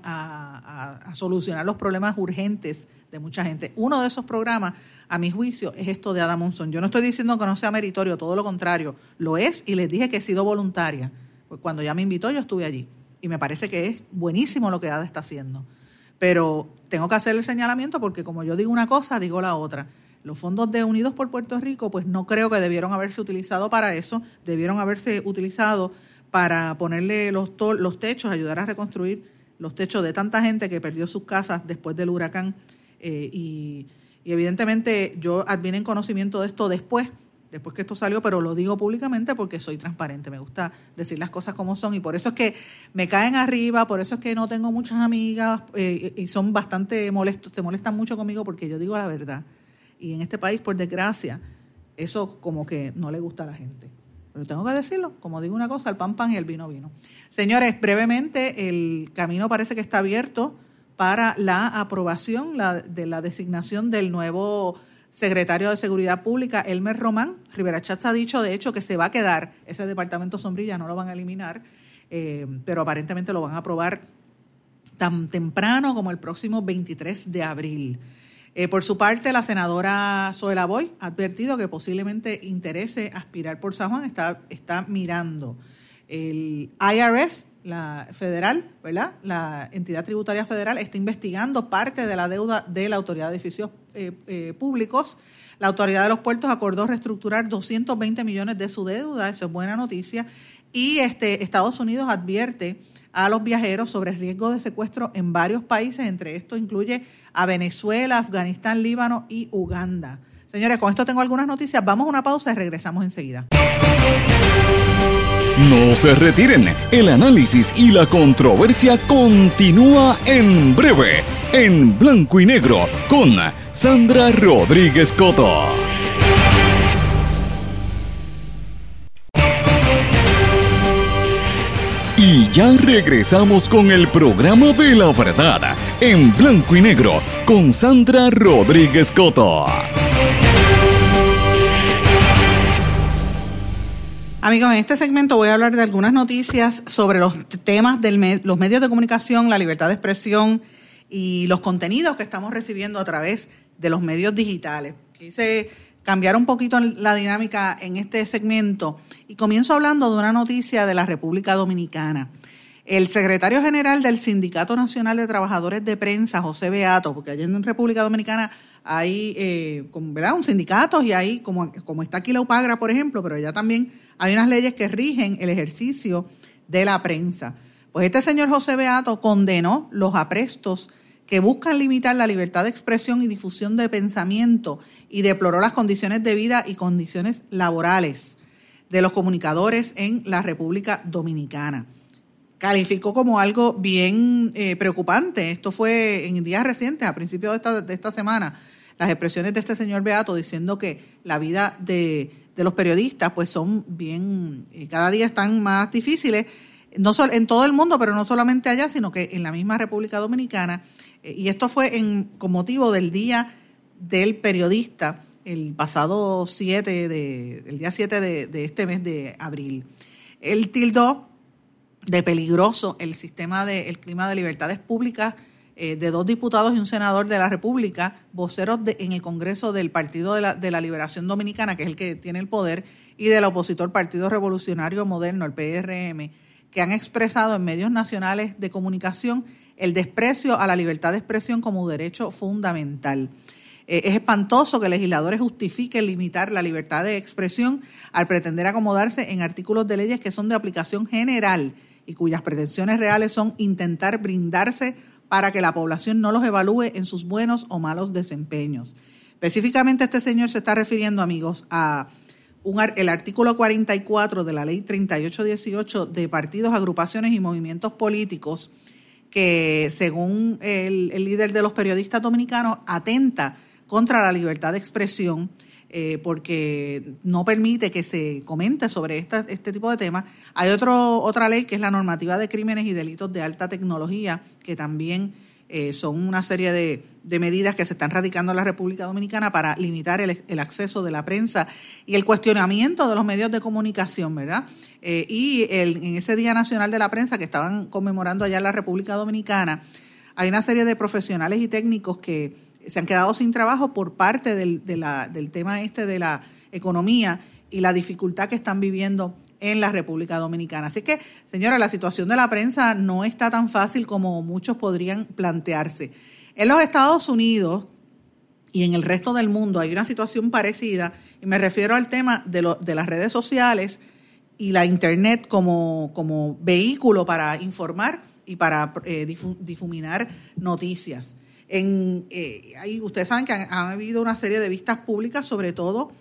a, a, a solucionar los problemas urgentes de mucha gente. Uno de esos programas, a mi juicio, es esto de Ada Monzón. Yo no estoy diciendo que no sea meritorio, todo lo contrario, lo es, y les dije que he sido voluntaria. Pues cuando ya me invitó yo estuve allí y me parece que es buenísimo lo que Ada está haciendo. Pero tengo que hacer el señalamiento porque como yo digo una cosa, digo la otra. Los fondos de Unidos por Puerto Rico, pues no creo que debieron haberse utilizado para eso, debieron haberse utilizado para ponerle los, to- los techos, ayudar a reconstruir los techos de tanta gente que perdió sus casas después del huracán. Eh, y, y evidentemente yo advine en conocimiento de esto después, después que esto salió, pero lo digo públicamente porque soy transparente, me gusta decir las cosas como son y por eso es que me caen arriba, por eso es que no tengo muchas amigas eh, y son bastante molestos, se molestan mucho conmigo porque yo digo la verdad. Y en este país, por desgracia, eso como que no le gusta a la gente. Pero tengo que decirlo, como digo una cosa, el pan pan y el vino vino. Señores, brevemente, el camino parece que está abierto para la aprobación la, de la designación del nuevo secretario de Seguridad Pública, Elmer Román. Rivera Schatz ha dicho, de hecho, que se va a quedar ese departamento sombrilla, no lo van a eliminar, eh, pero aparentemente lo van a aprobar tan temprano como el próximo veintitrés de abril. Eh, por su parte, la senadora Zoela Boy ha advertido que posiblemente interese aspirar por San Juan, está, está mirando. El I R S, la federal, ¿verdad? La entidad tributaria federal está investigando parte de la deuda de la Autoridad de Edificios eh, eh, Públicos. La Autoridad de los Puertos acordó reestructurar doscientos veinte millones de su deuda, eso es buena noticia. Y este, Estados Unidos advierte a los viajeros sobre riesgo de secuestro en varios países, entre estos incluye a Venezuela, Afganistán, Líbano y Uganda. Señores, con esto tengo algunas noticias. Vamos a una pausa y regresamos enseguida. No se retiren, el análisis y la controversia continúa en breve, en Blanco y Negro, con Sandra Rodríguez Coto. Y ya regresamos con el programa de la verdad, en Blanco y Negro, con Sandra Rodríguez Coto. Amigos, en este segmento voy a hablar de algunas noticias sobre los temas de me- los medios de comunicación, la libertad de expresión y los contenidos que estamos recibiendo a través de los medios digitales. Quise cambiar un poquito la dinámica en este segmento y comienzo hablando de una noticia de la República Dominicana. El secretario general del Sindicato Nacional de Trabajadores de Prensa, José Beato, porque allá en República Dominicana hay eh, como, ¿verdad? un sindicato y hay, como, como está aquí la UPAGRA, por ejemplo, pero allá también hay unas leyes que rigen el ejercicio de la prensa. Pues este señor José Beato condenó los aprestos que buscan limitar la libertad de expresión y difusión de pensamiento y deploró las condiciones de vida y condiciones laborales de los comunicadores en la República Dominicana. Calificó como algo bien eh, preocupante. Esto fue en días recientes, a principios de esta, de esta semana, las expresiones de este señor Beato diciendo que la vida de, de los periodistas pues son bien, eh, cada día están más difíciles, no solo en todo el mundo, pero no solamente allá, sino que en la misma República Dominicana. Eh, y esto fue en, con motivo del Día del Periodista, el pasado siete de, el día siete de, de este mes de abril. Él tildó de peligroso el sistema de el clima de libertades públicas eh, de dos diputados y un senador de la República, voceros de, en el Congreso del Partido de la, de la Liberación Dominicana, que es el que tiene el poder, y del opositor Partido Revolucionario Moderno, el P R M, que han expresado en medios nacionales de comunicación el desprecio a la libertad de expresión como derecho fundamental. Eh, es espantoso que legisladores justifiquen limitar la libertad de expresión al pretender acomodarse en artículos de leyes que son de aplicación general y cuyas pretensiones reales son intentar brindarse para que la población no los evalúe en sus buenos o malos desempeños. Específicamente este señor se está refiriendo, amigos, a un, el artículo cuarenta y cuatro de la ley treinta y ocho dieciocho de partidos, agrupaciones y movimientos políticos que, según el, el líder de los periodistas dominicanos, atenta contra la libertad de expresión, eh, porque no permite que se comente sobre esta, este tipo de temas. Hay otro, otra ley que es la normativa de crímenes y delitos de alta tecnología, que también eh, son una serie de, de medidas que se están radicando en la República Dominicana para limitar el, el acceso de la prensa y el cuestionamiento de los medios de comunicación, ¿verdad? Eh, y el, en ese Día Nacional de la Prensa que estaban conmemorando allá en la República Dominicana, hay una serie de profesionales y técnicos que se han quedado sin trabajo por parte del, de la, del tema este de la economía y la dificultad que están viviendo en la República Dominicana. Así que, señora, la situación de la prensa no está tan fácil como muchos podrían plantearse. En los Estados Unidos y en el resto del mundo hay una situación parecida, y me refiero al tema de, lo, de las redes sociales y la Internet como, como vehículo para informar y para eh, difuminar noticias. En, eh, hay, ustedes saben que han, han habido una serie de vistas públicas, sobre todo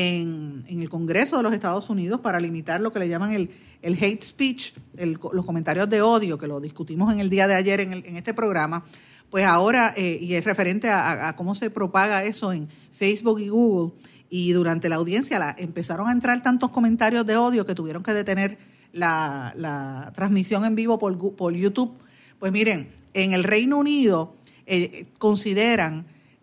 en, en el Congreso de los Estados Unidos, para limitar lo que le llaman el, el hate speech, el, los comentarios de odio, que lo discutimos en el día de ayer en, el, en este programa. Pues ahora, eh, y es referente a, a cómo se propaga eso en Facebook y Google, y durante la audiencia la, empezaron a entrar tantos comentarios de odio que tuvieron que detener la, la transmisión en vivo por, por YouTube. Pues miren, en el Reino Unido Eh, consideran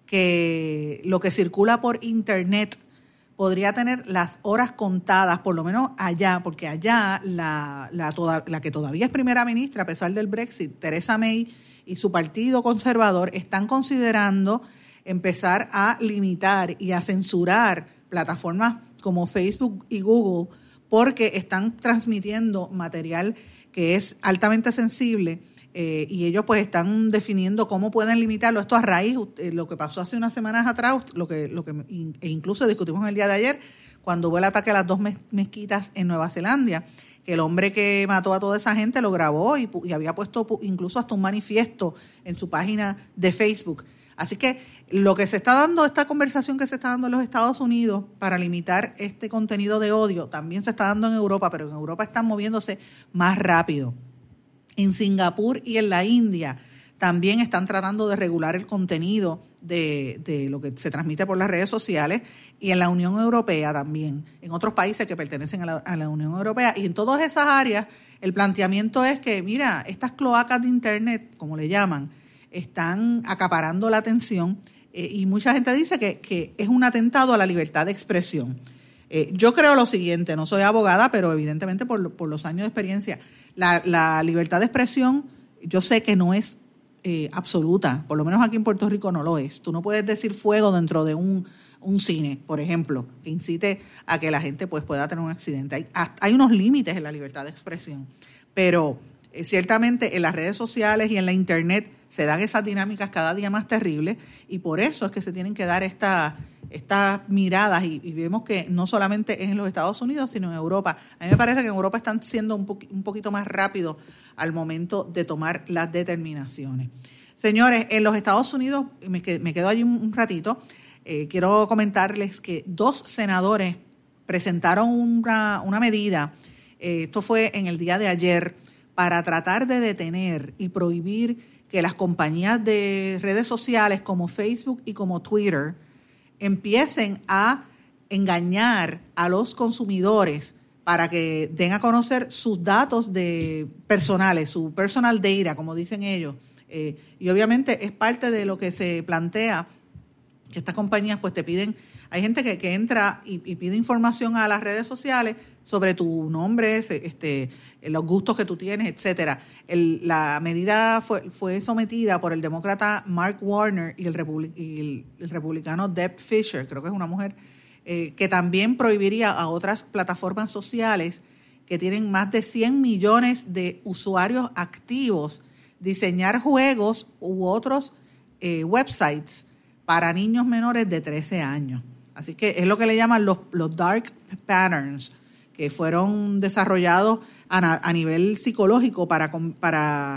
que lo que circula por Internet podría tener las horas contadas, por lo menos allá, porque allá la, la, toda, la que todavía es primera ministra, a pesar del Brexit, Theresa May y su partido conservador, están considerando empezar a limitar y a censurar plataformas como Facebook y Google, porque están transmitiendo material que es altamente sensible. Eh, y ellos pues están definiendo cómo pueden limitarlo. Esto a raíz de eh, lo que pasó hace unas semanas atrás, lo que, lo que e incluso discutimos en el día de ayer, cuando hubo el ataque a las dos mezquitas en Nueva Zelanda, que el hombre que mató a toda esa gente lo grabó y, y había puesto incluso hasta un manifiesto en su página de Facebook. Así que lo que se está dando, esta conversación que se está dando en los Estados Unidos para limitar este contenido de odio, también se está dando en Europa, pero en Europa están moviéndose más rápido. En Singapur y en la India también están tratando de regular el contenido de, de lo que se transmite por las redes sociales, y en la Unión Europea también, en otros países que pertenecen a la, a la Unión Europea. Y en todas esas áreas el planteamiento es que, mira, estas cloacas de Internet, como le llaman, están acaparando la atención eh, y mucha gente dice que, que es un atentado a la libertad de expresión. Eh, yo creo lo siguiente, no soy abogada, pero evidentemente por, por los años de experiencia, la, la libertad de expresión yo sé que no es eh, absoluta, por lo menos aquí en Puerto Rico no lo es. Tú no puedes decir fuego dentro de un, un cine, por ejemplo, que incite a que la gente pues, pueda tener un accidente. Hay, hay unos límites en la libertad de expresión, pero eh, ciertamente en las redes sociales y en la Internet se dan esas dinámicas cada día más terribles y por eso es que se tienen que dar esta, estas miradas y, y vemos que no solamente es en los Estados Unidos, sino en Europa. A mí me parece que en Europa están siendo un, po- un poquito más rápidos al momento de tomar las determinaciones. Señores, en los Estados Unidos, me, me quedo allí un, un ratito, eh, quiero comentarles que dos senadores presentaron una, una medida, eh, esto fue en el día de ayer, para tratar de detener y prohibir que las compañías de redes sociales como Facebook y como Twitter empiecen a engañar a los consumidores para que den a conocer sus datos de personales, su personal data, como dicen ellos. Eh, y obviamente es parte de lo que se plantea, que estas compañías pues te piden, hay gente que, que entra y, y pide información a las redes sociales sobre tu nombre, este, los gustos que tú tienes, etcétera. El, la medida fue, fue sometida por el demócrata Mark Warner y el, republic, y el, el republicano Deb Fischer, creo que es una mujer, eh, que también prohibiría a otras plataformas sociales que tienen más de cien millones de usuarios activos diseñar juegos u otros eh, websites para niños menores de trece años. Así que es lo que le llaman los, los dark patterns, que fueron desarrollados a, a nivel psicológico para, para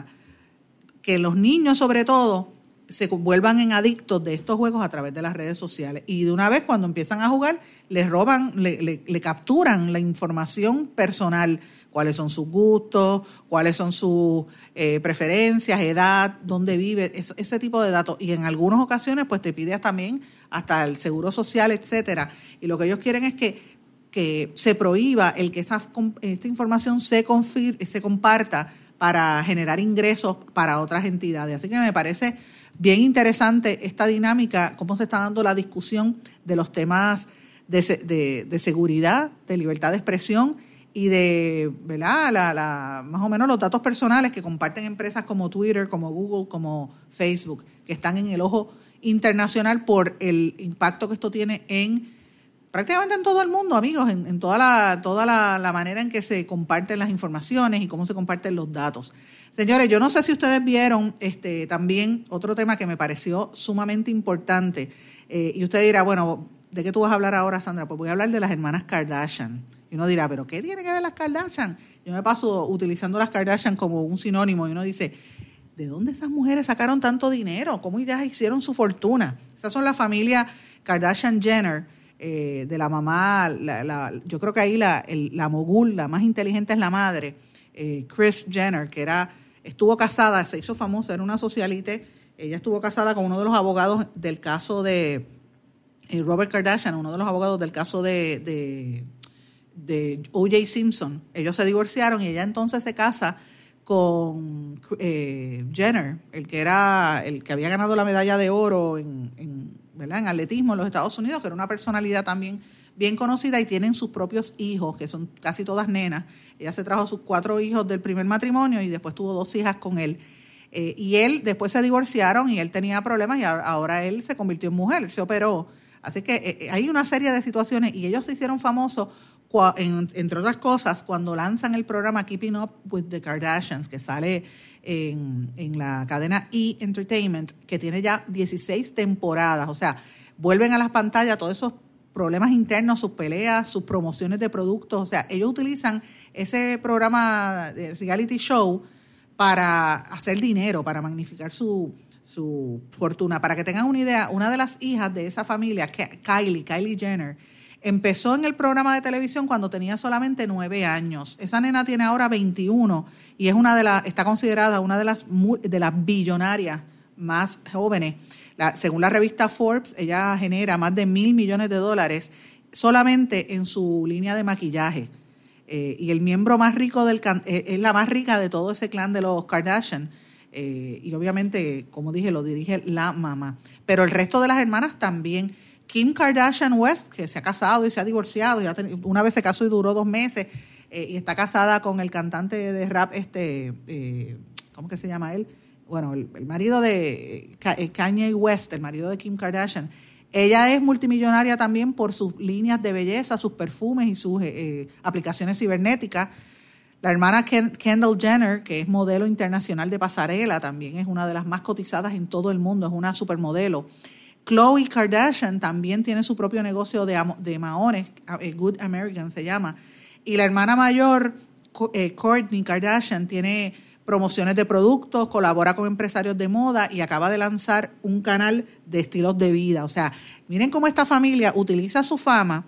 que los niños, sobre todo, se vuelvan en adictos de estos juegos a través de las redes sociales. Y de una vez, cuando empiezan a jugar, les roban, le, le, le capturan la información personal, cuáles son sus gustos, cuáles son sus eh, preferencias, edad, dónde vive, es, ese tipo de datos. Y en algunas ocasiones, pues te pide también hasta el seguro social, etcétera. Y lo que ellos quieren es que, que se prohíba el que esa, esta información se, confir, se comparta para generar ingresos para otras entidades. Así que me parece bien interesante esta dinámica, cómo se está dando la discusión de los temas de, de, de seguridad, de libertad de expresión y de, ¿verdad?, la, la, más o menos los datos personales que comparten empresas como Twitter, como Google, como Facebook, que están en el ojo internacional por el impacto que esto tiene en prácticamente en todo el mundo, amigos, en, en toda la toda la, la manera en que se comparten las informaciones y cómo se comparten los datos. Señores, yo no sé si ustedes vieron este también otro tema que me pareció sumamente importante. Eh, y usted dirá, bueno, ¿de qué tú vas a hablar ahora, Sandra? Pues voy a hablar de las hermanas Kardashian. Y uno dirá, ¿pero qué tiene que ver las Kardashian? Yo me paso utilizando las Kardashian como un sinónimo y uno dice, ¿de dónde esas mujeres sacaron tanto dinero? ¿Cómo ya hicieron su fortuna? Esas son la familia Kardashian-Jenner. Eh, de la mamá, la, la, yo creo que ahí la, el, la mogul, la más inteligente es la madre, eh, Kris Jenner, que era estuvo casada, se hizo famosa, era una socialite, ella estuvo casada con uno de los abogados del caso de eh, Robert Kardashian, uno de los abogados del caso de, de, de O J Simpson. Ellos se divorciaron y ella entonces se casa con eh, Jenner, el que era el que había ganado la medalla de oro en, en ¿verdad?, en atletismo en los Estados Unidos, que era una personalidad también bien conocida, y tienen sus propios hijos, que son casi todas nenas. Ella se trajo sus cuatro hijos del primer matrimonio y después tuvo dos hijas con él. Eh, y él, después se divorciaron y él tenía problemas y ahora él se convirtió en mujer, se operó. Así que eh, hay una serie de situaciones y ellos se hicieron famosos, en, entre otras cosas, cuando lanzan el programa Keeping Up with the Kardashians, que sale En, en la cadena E! Entertainment, que tiene ya dieciséis temporadas. O sea, vuelven a las pantallas todos esos problemas internos, sus peleas, sus promociones de productos. O sea, ellos utilizan ese programa de reality show para hacer dinero, para magnificar su, su fortuna. Para que tengan una idea, una de las hijas de esa familia, Kylie, Kylie Jenner, empezó en el programa de televisión cuando tenía solamente nueve años. Esa nena tiene ahora veintiuno y es una de las, está considerada una de las de las billonarias más jóvenes. La, según la revista Forbes, ella genera más de mil millones de dólares solamente en su línea de maquillaje. Eh, y el miembro más rico del eh, es la más rica de todo ese clan de los Kardashian. Eh, y obviamente, como dije, lo dirige la mamá. Pero el resto de las hermanas también. Kim Kardashian West, que se ha casado y se ha divorciado, ya ten, una vez se casó y duró dos meses, eh, y está casada con el cantante de rap, este, eh, ¿cómo que se llama él? Bueno, el, el marido de Kanye West, el marido de Kim Kardashian. Ella es multimillonaria también por sus líneas de belleza, sus perfumes y sus eh, aplicaciones cibernéticas. La hermana Ken- Kendall Jenner, que es modelo internacional de pasarela, también es una de las más cotizadas en todo el mundo, es una supermodelo. Khloe Kardashian también tiene su propio negocio de, de maones, Good American se llama. Y la hermana mayor, eh, Kourtney Kardashian, tiene promociones de productos, colabora con empresarios de moda y acaba de lanzar un canal de estilos de vida. O sea, miren cómo esta familia utiliza su fama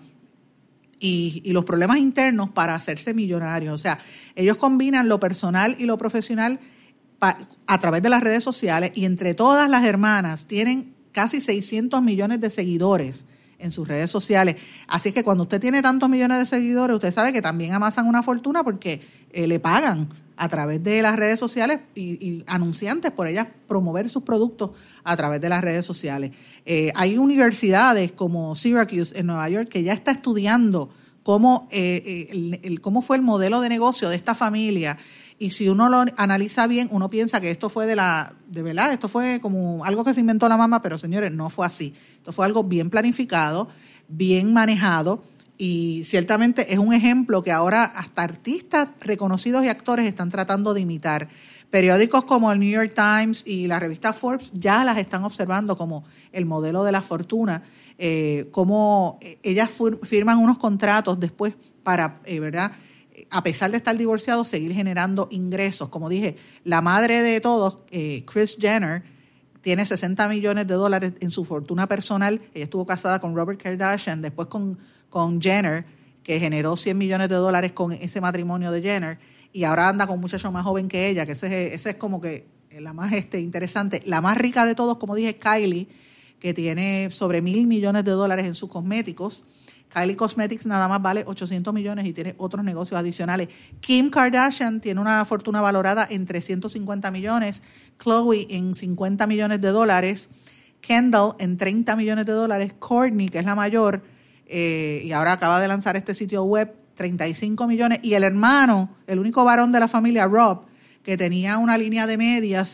y, y los problemas internos para hacerse millonarios. O sea, ellos combinan lo personal y lo profesional pa, a través de las redes sociales y entre todas las hermanas tienen casi seiscientos millones de seguidores en sus redes sociales. Así que cuando usted tiene tantos millones de seguidores, usted sabe que también amasan una fortuna porque eh, le pagan a través de las redes sociales y, y anunciantes por ellas promover sus productos a través de las redes sociales. Eh, hay universidades como Syracuse en Nueva York que ya está estudiando cómo, eh, el, el, cómo fue el modelo de negocio de esta familia. Y si uno lo analiza bien, uno piensa que esto fue de la, de verdad, esto fue como algo que se inventó la mamá, pero señores, no fue así. Esto fue algo bien planificado, bien manejado, y ciertamente es un ejemplo que ahora hasta artistas reconocidos y actores están tratando de imitar. Periódicos como el New York Times y la revista Forbes ya las están observando como el modelo de la fortuna, eh, como ellas firman unos contratos después para, eh, ¿verdad?, a pesar de estar divorciados, seguir generando ingresos. Como dije, la madre de todos, eh, Kris Jenner, tiene sesenta millones de dólares en su fortuna personal. Ella estuvo casada con Robert Kardashian, después con, con Jenner, que generó cien millones de dólares con ese matrimonio de Jenner, y ahora anda con un muchacho más joven que ella, que ese, ese es como que la más este, interesante. La más rica de todos, como dije, Kylie, que tiene sobre mil millones de dólares en sus cosméticos. Kylie Cosmetics nada más vale ochocientos millones y tiene otros negocios adicionales. Kim Kardashian tiene una fortuna valorada en trescientos cincuenta millones, Khloe en cincuenta millones de dólares, Kendall en treinta millones de dólares, Kourtney, que es la mayor, eh, y ahora acaba de lanzar este sitio web, treinta y cinco millones, y el hermano, el único varón de la familia, Rob, que tenía una línea de medias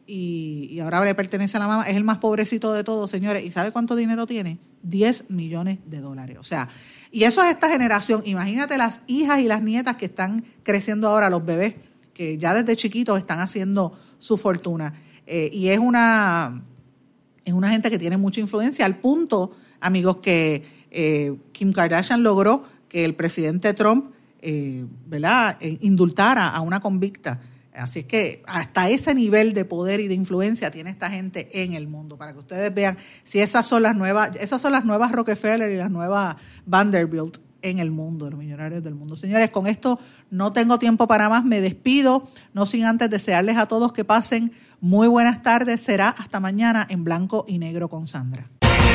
y, y ahora le pertenece a la mamá, es el más pobrecito de todos, señores. ¿Y sabe cuánto dinero tiene? diez millones de dólares. O sea, y eso es esta generación. Imagínate las hijas y las nietas que están creciendo ahora, los bebés, que ya desde chiquitos están haciendo su fortuna. Eh, y es una, es una gente que tiene mucha influencia, al punto, amigos, que eh, Kim Kardashian logró que el presidente Trump, eh, ¿verdad?, eh, indultara a una convicta. Así es que hasta ese nivel de poder y de influencia tiene esta gente en el mundo, para que ustedes vean si esas son las nuevas, esas son las nuevas Rockefeller y las nuevas Vanderbilt en el mundo, los millonarios del mundo. Señores, con esto no tengo tiempo para más, me despido, no sin antes desearles a todos que pasen muy buenas tardes. Será hasta mañana en Blanco y Negro con Sandra.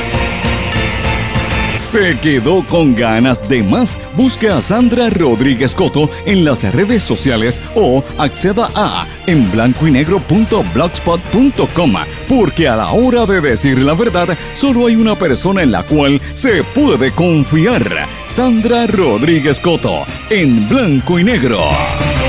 ¿Se quedó con ganas de más? Busque a Sandra Rodríguez Coto en las redes sociales o acceda a en blanco y negro punto blogspot punto com, porque a la hora de decir la verdad, solo hay una persona en la cual se puede confiar. Sandra Rodríguez Coto, en Blanco y Negro.